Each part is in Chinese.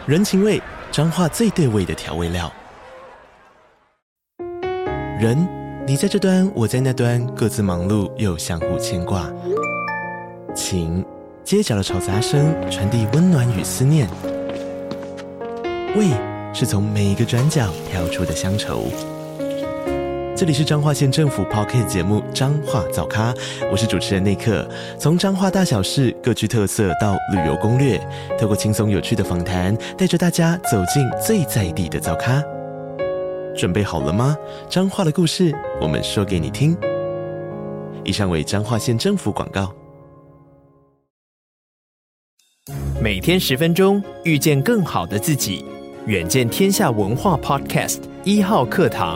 人情味，彰化最对味的调味料。人，你在这端，我在那端，各自忙碌又相互牵挂。情，街角的吵杂声传递温暖与思念。味，是从每一个转角跳出的乡愁。这里是彰化县政府 Podcast 节目《彰化早咖》，我是主持人内克。从彰化大小事各具特色到旅游攻略，透过轻松有趣的访谈，带着大家走进最在地的早咖。准备好了吗？彰化的故事，我们说给你听。以上为彰化县政府广告。 每天10分钟，遇见更好的自己。远见天下文化 Podcast 1号课堂。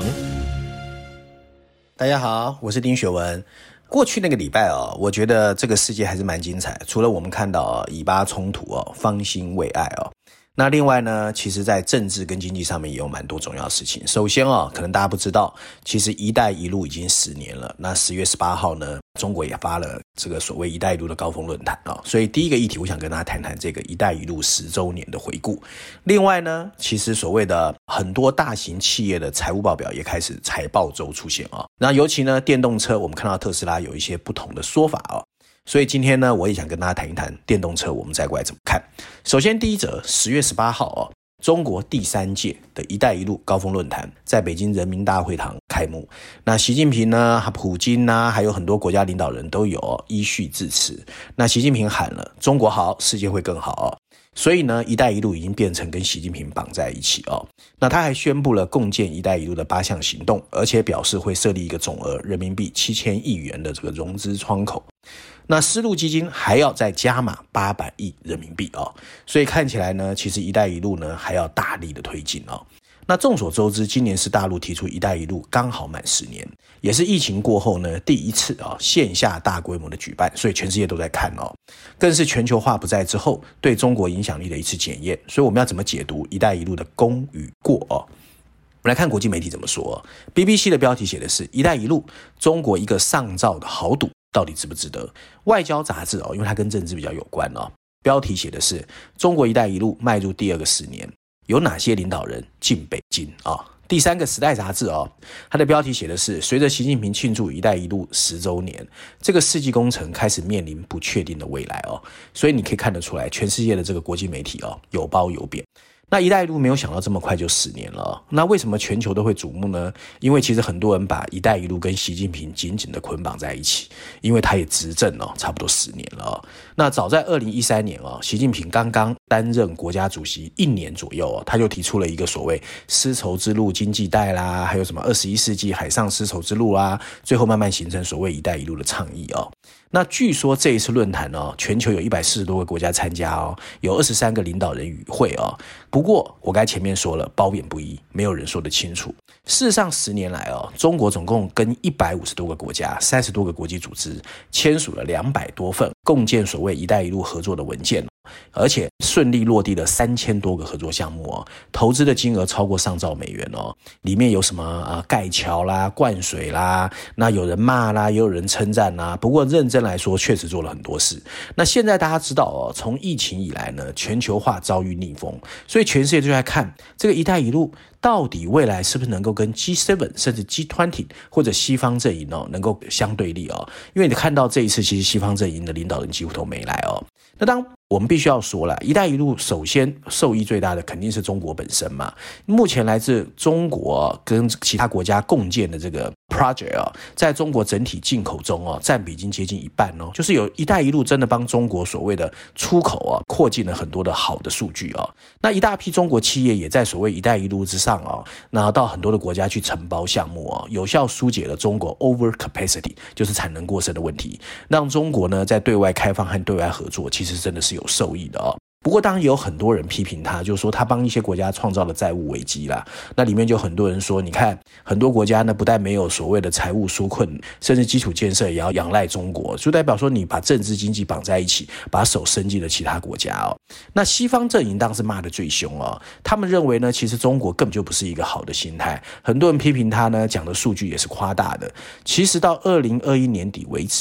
大家好，我是丁学文。过去那个礼拜我觉得这个世界还是蛮精彩，除了我们看到以巴冲突方兴未艾那另外呢，其实在政治跟经济上面也有蛮多重要的事情。首先可能大家不知道，其实一带一路已经10年了。那10月18号呢，中国也发了这个所谓一带一路的高峰论坛所以第一个议题我想跟大家谈谈这个一带一路10周年的回顾。另外呢，其实所谓的很多大型企业的财务报表也开始财报周出现那尤其呢电动车，我们看到特斯拉有一些不同的说法所以今天呢，我也想跟大家谈一谈电动车，我们再过来怎么看。首先第一则，10月18号中国第3届的一带一路高峰论坛在北京人民大会堂开幕。那习近平呢，普京还有很多国家领导人都有依序致辞。那习近平喊了中国好，世界会更好所以呢，一带一路已经变成跟习近平绑在一起那他还宣布了共建一带一路的8项行动，而且表示会设立一个总额人民币7000亿元的这个融资窗口。那丝路基金还要再加码800亿人民币所以看起来呢，其实一带一路呢还要大力的推进那众所周知，今年是大陆提出一带一路刚好满10年，也是疫情过后呢第一次线下大规模的举办，所以全世界都在看更是全球化不在之后对中国影响力的一次检验。所以我们要怎么解读一带一路的功与过我们来看国际媒体怎么说BBC 的标题写的是一带一路，中国一个上兆的豪赌到底值不值得？外交杂志因为它跟政治比较有关标题写的是中国一带一路迈入第2个10年，有哪些领导人进北京第3个时代杂志它的标题写的是随着习近平庆祝一带一路10周年，这个世纪工程开始面临不确定的未来所以你可以看得出来，全世界的这个国际媒体有褒有贬。那一带一路没有想到这么快就10年了那为什么全球都会瞩目呢？因为其实很多人把一带一路跟习近平紧紧的捆绑在一起，因为他也执政差不多10年了那早在2013年习近平刚刚担任国家主席1年左右他就提出了一个所谓丝绸之路经济带啦，还有什么21世纪海上丝绸之路啦，最后慢慢形成所谓一带一路的倡议那据说这一次论坛全球有140多个国家参加有23个领导人与会不过我刚才前面说了，褒贬不一，没有人说得清楚。事实上10年来中国总共跟150多个国家30多个国际组织签署了200多份共建所谓一带一路合作的文件而且顺利落地了3000多个合作项目投资的金额超过上兆美元里面有什么盖桥啦、灌水啦，那有人骂啦，也有人称赞啦，不过认真来说确实做了很多事。那现在大家知道从疫情以来呢，全球化遭遇逆风，所以全世界就在看这个一带一路到底未来是不是能够跟 G7 甚至 G20 或者西方阵营能够相对立因为你看到这一次其实西方阵营的领导人几乎都没来那当我们必须要说了，一带一路首先受益最大的肯定是中国本身嘛。目前来自中国跟其他国家共建的这个 project 在中国整体进口中占比已经接近一半就是有一带一路真的帮中国所谓的出口扩进了很多的好的数据那一大批中国企业也在所谓一带一路之上拿到很多的国家去承包项目有效疏解了中国 over capacity 就是产能过剩的问题，让中国呢在对外开放和对外合作其实真的是有受益的不过当然也有很多人批评他，就是说他帮一些国家创造了债务危机啦。那里面就很多人说，你看很多国家呢不但没有所谓的财务纾困，甚至基础建设也要仰赖中国，就代表说你把政治经济绑在一起，把手伸进了其他国家那西方阵营当时骂得最凶他们认为呢其实中国根本就不是一个好的心态，很多人批评他呢讲的数据也是夸大的。其实到2021年底为止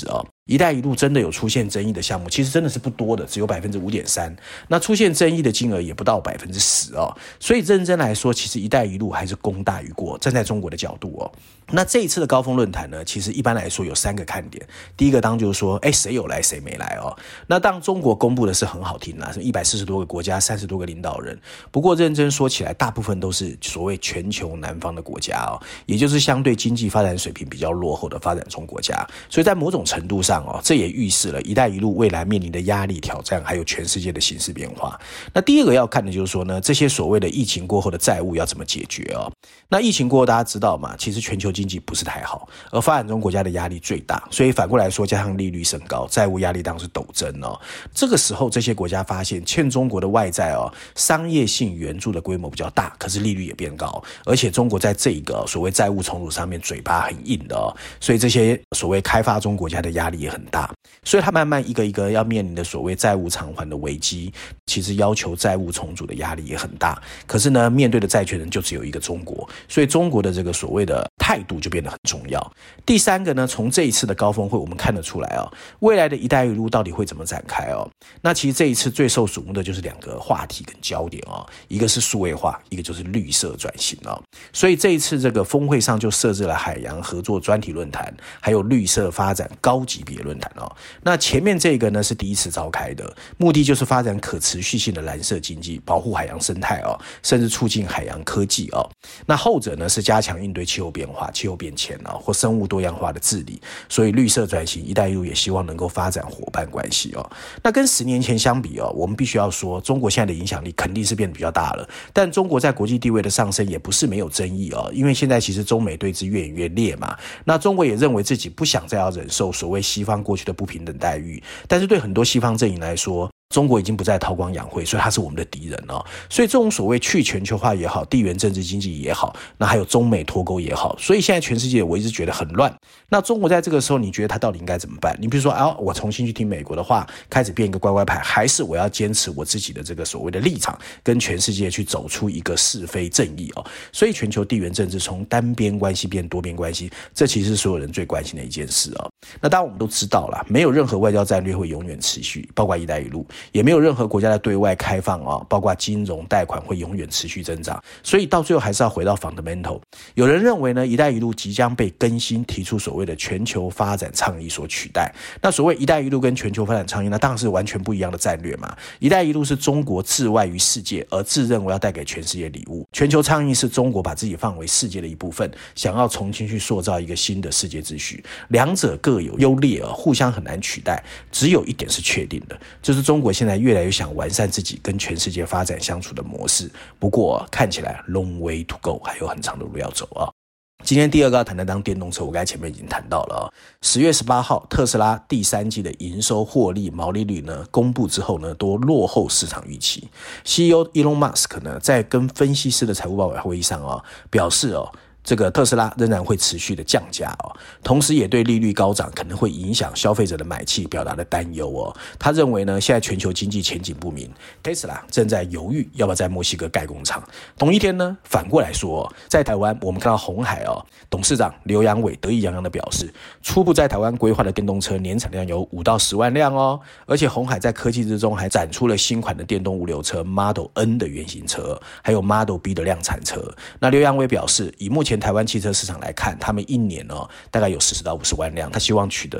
一带一路真的有出现争议的项目，其实真的是不多的，只有 5.3%， 那出现争议的金额也不到 10% 哦。所以认真来说，其实一带一路还是功大于过，站在中国的角度哦。那这一次的高峰论坛呢，其实一般来说有3个看点。第一个当然就是说，谁有来谁没来哦。那当中国公布的是很好听啦，是140多个国家30多个领导人，不过认真说起来，大部分都是所谓全球南方的国家哦，也就是相对经济发展水平比较落后的发展中国家。所以在某种程度上哦，这也预示了一带一路未来面临的压力、挑战，还有全世界的形势变化。那第二个要看的就是说呢，这些所谓的疫情过后的债务要怎么解决哦。那疫情过后大家知道嘛，其实全球经济不是太好，而发展中国家的压力最大，所以反过来说，加上利率升高，债务压力当然是陡增哦。这个时候这些国家发现欠中国的外债哦，商业性援助的规模比较大，可是利率也变高，而且中国在这个所谓债务重组上面嘴巴很硬的哦，所以这些所谓开发中国家的压力也很大，所以他慢慢一个一个要面临的所谓债务偿还的危机，其实要求债务重组的压力也很大。可是呢，面对的债权人就只有一个中国，所以中国的这个所谓的态度就变得很重要。第三个呢，从这一次的高峰会我们看得出来哦，未来的一带一路到底会怎么展开哦？那其实这一次最受瞩目的就是2个话题跟焦点哦，一个是数位化，一个就是绿色转型哦。所以这一次这个峰会上就设置了海洋合作专题论坛，还有绿色发展高级别论坛哦。那前面这个呢是第一次召开的，目的就是发展可持续性的蓝色经济，保护海洋生态哦，甚至促进海洋科技哦。那后者呢是加强应对气候变化、气候变迁哦，或生物多样化的治理。所以绿色转型，一带一路也希望能够发展伙伴关系哦。那跟10年前相比哦，我们必须要说，中国现在的影响力肯定是变得比较大了。但中国在国际地位的上升也不是没有争议哦，因为现在其实中美对峙越演越烈嘛。那中国也认为自己不想再要忍受所谓西方过去的不平等待遇，但是对很多西方阵营来说，中国已经不再韬光养晦，所以他是我们的敌人哦。所以这种所谓去全球化也好，地缘政治经济也好，那还有中美脱钩也好，所以现在全世界我一直觉得很乱。那中国在这个时候，你觉得他到底应该怎么办？你比如说我重新去听美国的话，开始变一个乖乖牌，还是我要坚持我自己的这个所谓的立场，跟全世界去走出一个是非正义哦？所以全球地缘政治从单边关系变多边关系，这其实是所有人最关心的一件事哦。那当然我们都知道啦，没有任何外交战略会永远持续，包括一带一路，也没有任何国家的对外开放包括金融贷款会永远持续增长，所以到最后还是要回到 fundamental。 有人认为呢，一带一路即将被更新，提出所谓的全球发展倡议所取代。那所谓一带一路跟全球发展倡议，那当然是完全不一样的战略嘛。一带一路是中国自外于世界，而自认为要带给全世界礼物，全球倡议是中国把自己放为世界的一部分，想要重新去塑造一个新的世界秩序。两者各有优劣互相很难取代。只有一点是确定的，就是中国现在越来越想完善自己跟全世界发展相处的模式，不过看起来 long way to go， 还有很长的路要走啊。今天第二个要谈的当电动车，我刚才前面已经谈到了10月18号特斯拉第3季的营收、获利、毛利率呢公布之后呢，都落后市场预期。 CEO Elon Musk 呢在跟分析师的财务报表会议上表示这个特斯拉仍然会持续的降价同时也对利率高涨可能会影响消费者的买气表达了担忧他认为呢，现在全球经济前景不明， Tesla 正在犹豫要不要在墨西哥盖工厂。同一天呢，反过来说在台湾我们看到鸿海董事长刘扬伟得意洋洋的表示，初步在台湾规划的电动车年产量有5到10万辆而且鸿海在科技日中还展出了新款的电动物流车 Model N 的原型车，还有 Model B 的量产车。那刘扬伟表示，以目前台湾汽车市场来看，他们一年大概有40到50万辆，他希望取得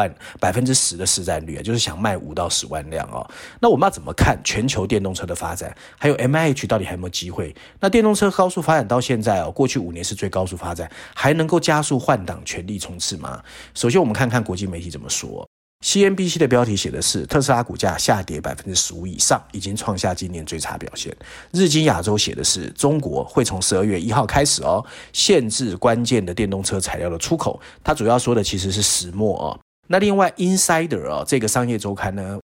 10%的市占率，就是想卖5到10万辆那我们要怎么看全球电动车的发展，还有 MIH 到底还有没有机会？那电动车高速发展到现在过去5年是最高速发展，还能够加速换挡全力冲刺吗？首先我们看看国际媒体怎么说。CNBC 的标题写的是特斯拉股价下跌 15% 以上，已经创下今年最差表现。日经亚洲写的是中国会从12月1号开始限制关键的电动车材料的出口，它主要说的其实是石墨那另外 Insider 这个商业周刊呢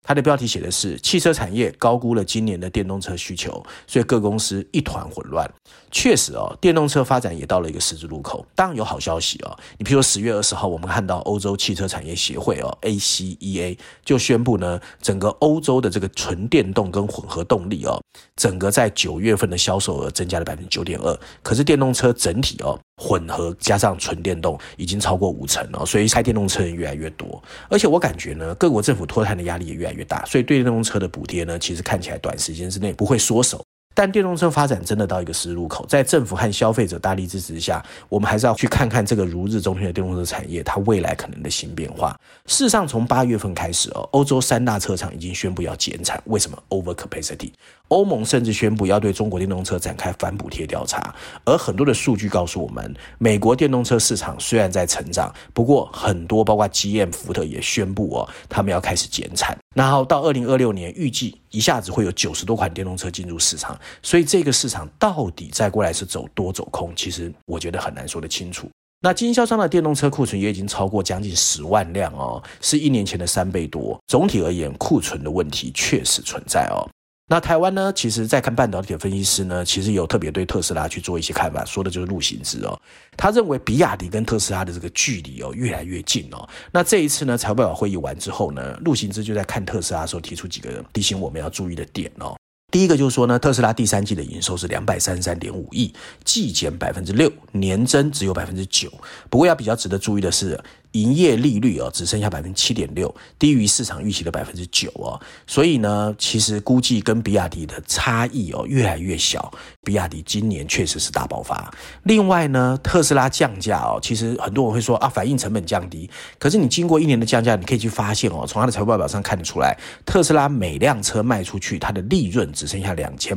它的标题写的是汽车产业高估了今年的电动车需求，所以各公司一团混乱。确实电动车发展也到了一个十字路口。当然有好消息你譬如10月20号我们看到欧洲汽车产业协会ACEA 就宣布呢，整个欧洲的这个纯电动跟混合动力整个在9月份的销售额增加了 9.2%， 可是电动车整体混合加上纯电动已经超过50%所以开电动车人越来越多。而且我感觉呢，各国政府脱碳的压力也越来越大，所以对电动车的补贴呢，其实看起来短时间之内不会缩手。但电动车发展真的到一个十字路口，在政府和消费者大力支持下，我们还是要去看看这个如日中天的电动车产业它未来可能的新变化。事实上从8月份开始欧洲3大车厂已经宣布要减产。为什么？ Overcapacity。 欧盟甚至宣布要对中国电动车展开反补贴调查。而很多的数据告诉我们，美国电动车市场虽然在成长，不过很多包括 GM 福特也宣布他们要开始减产。然后到2026年预计一下子会有90多款电动车进入市场，所以这个市场到底再过来是走多走空，其实我觉得很难说得清楚。那经销商的电动车库存也已经超过将近10万辆是1年前的3倍多。总体而言，库存的问题确实存在那台湾呢，其实在看半导体的分析师呢，其实有特别对特斯拉去做一些看法，说的就是陆行之他认为比亚迪跟特斯拉的这个距离越来越近那这一次呢，财报会议完之后呢，陆行之就在看特斯拉的时候提出几个提醒我们要注意的点第一个就是说呢，特斯拉第三季的营收是233.5亿，季减 6%， 年增只有 9%。 不过要比较值得注意的是，营业利率只剩下 7.6%， 低于市场预期的 9%所以呢，其实估计跟比亚迪的差异越来越小。比亚迪今年确实是大爆发。另外呢，特斯拉降价其实很多人会说反映成本降低，可是你经过1年的降价，你可以去发现从它的财报表上看得出来，特斯拉每辆车卖出去，它的利润只剩下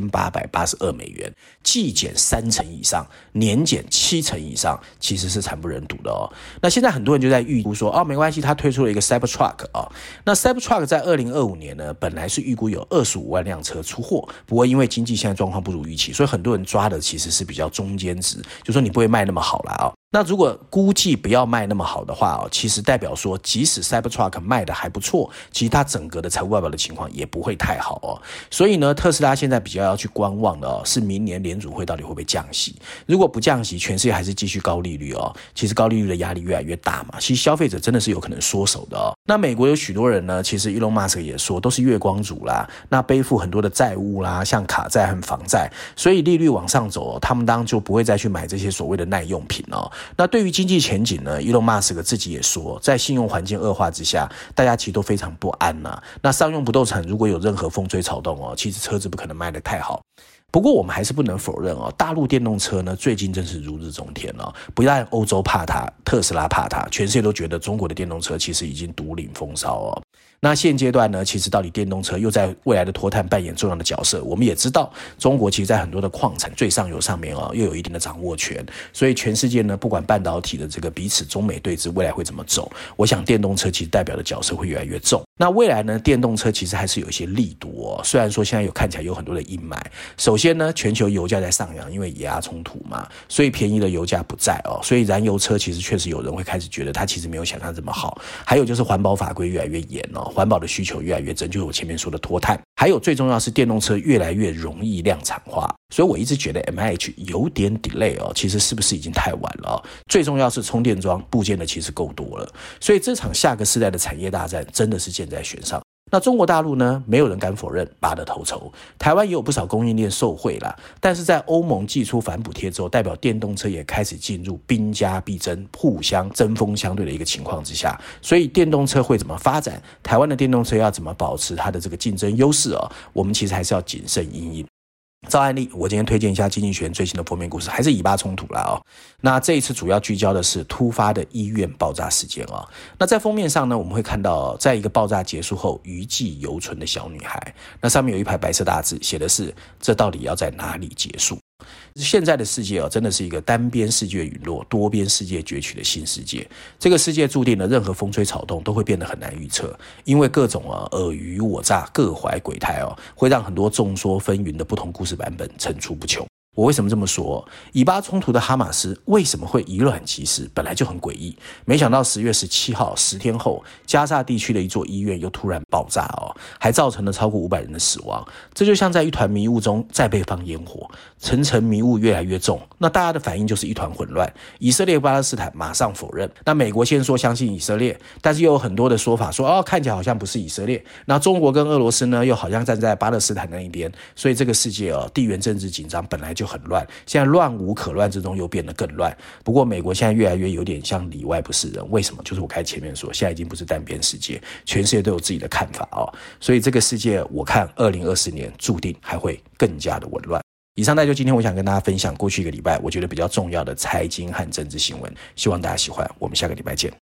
$2882，季减30%以上，年减70%以上，其实是惨不忍睹的那现在很多人就在预估说没关系，他推出了一个 Cybertruck那 Cybertruck 在2025年呢，本来是预估有25万辆车出货，不过因为经济现在状况不如预期，所以很多人抓的其实是比较中间值，就说你不会卖那么好啦那如果估计不要卖那么好的话其实代表说即使 Cybertruck 卖的还不错，其实它整个的财务报表的情况也不会太好所以呢，特斯拉现在比较要去观望的是明年联准会到底会不会降息。如果不降息，全世界还是继续高利率其实高利率的压力越来越大嘛，其实消费者真的是有可能缩手的那美国有许多人呢，其实 Elon Musk 也说都是月光族啦，那背负很多的债务啦，像卡债和房债，所以利率往上走他们当然就不会再去买这些所谓的耐用品那对于经济前景呢， Elon Musk 自己也说，在信用环境恶化之下，大家其实都非常不安那商用不动产如果有任何风吹草动其实车子不可能卖得太好。不过我们还是不能否认大陆电动车呢最近真是如日中天不但欧洲怕它，特斯拉怕它，全世界都觉得中国的电动车其实已经独领风骚那现阶段呢，其实到底电动车又在未来的脱碳扮演重要的角色，我们也知道中国其实在很多的矿产最上游上面又有一定的掌握权，所以全世界呢，不管半导体的这个彼此中美对峙未来会怎么走，我想电动车其实代表的角色会越来越重。那未来呢，电动车其实还是有一些力度虽然说现在看起来有很多的阴霾。首先呢，全球油价在上扬，因为以牙冲突嘛，所以便宜的油价不在所以燃油车其实确实有人会开始觉得它其实没有想象这么好。还有就是环保法规越来越严环保的需求越来越真，就是我前面说的脱碳。还有最重要是电动车越来越容易量产化，所以我一直觉得 MIH 有点 delay 其实是不是已经太晚了最重要是充电桩部件的其实够多了，所以这场下个世代的产业大战真的是箭在弦上。那中国大陆呢，没有人敢否认拔得头筹，台湾也有不少供应链受惠啦，但是在欧盟祭出反补贴之后，代表电动车也开始进入兵家必争，互相针锋相对的一个情况之下，所以电动车会怎么发展，台湾的电动车要怎么保持它的这个竞争优势我们其实还是要谨慎因应。照案例，我今天推荐一下经济学人最新的封面故事，还是以巴冲突啦那这一次主要聚焦的是突发的医院爆炸事件那在封面上呢，我们会看到在一个爆炸结束后余悸犹存的小女孩，那上面有一排白色大字，写的是这到底要在哪里结束。现在的世界真的是一个单边世界陨落，多边世界崛起的新世界。这个世界注定了任何风吹草动都会变得很难预测，因为各种尔虞我诈、各怀鬼胎会让很多众说纷纭的不同故事版本层出不穷。 我为什么这么说？以巴冲突的哈马斯为什么会以卵击石？本来就很诡异，没想到10月17号10天后，加沙地区的一座医院又突然爆炸还造成了超过500人的死亡。这就像在一团迷雾中再被放烟火，层层迷雾越来越重，那大家的反应就是一团混乱。以色列巴勒斯坦马上否认，那美国先说相信以色列，但是又有很多的说法说看起来好像不是以色列。那中国跟俄罗斯呢又好像站在巴勒斯坦那一边，所以这个世界地缘政治紧张本来就很乱，现在乱无可乱之中又变得更乱。不过美国现在越来越有点像里外不是人，为什么？就是我刚才前面说，现在已经不是单边世界，全世界都有自己的看法所以这个世界我看2024年注定还会更加的紊乱。以上就今天我想跟大家分享过去一个礼拜我觉得比较重要的财经和政治新闻，希望大家喜欢，我们下个礼拜见。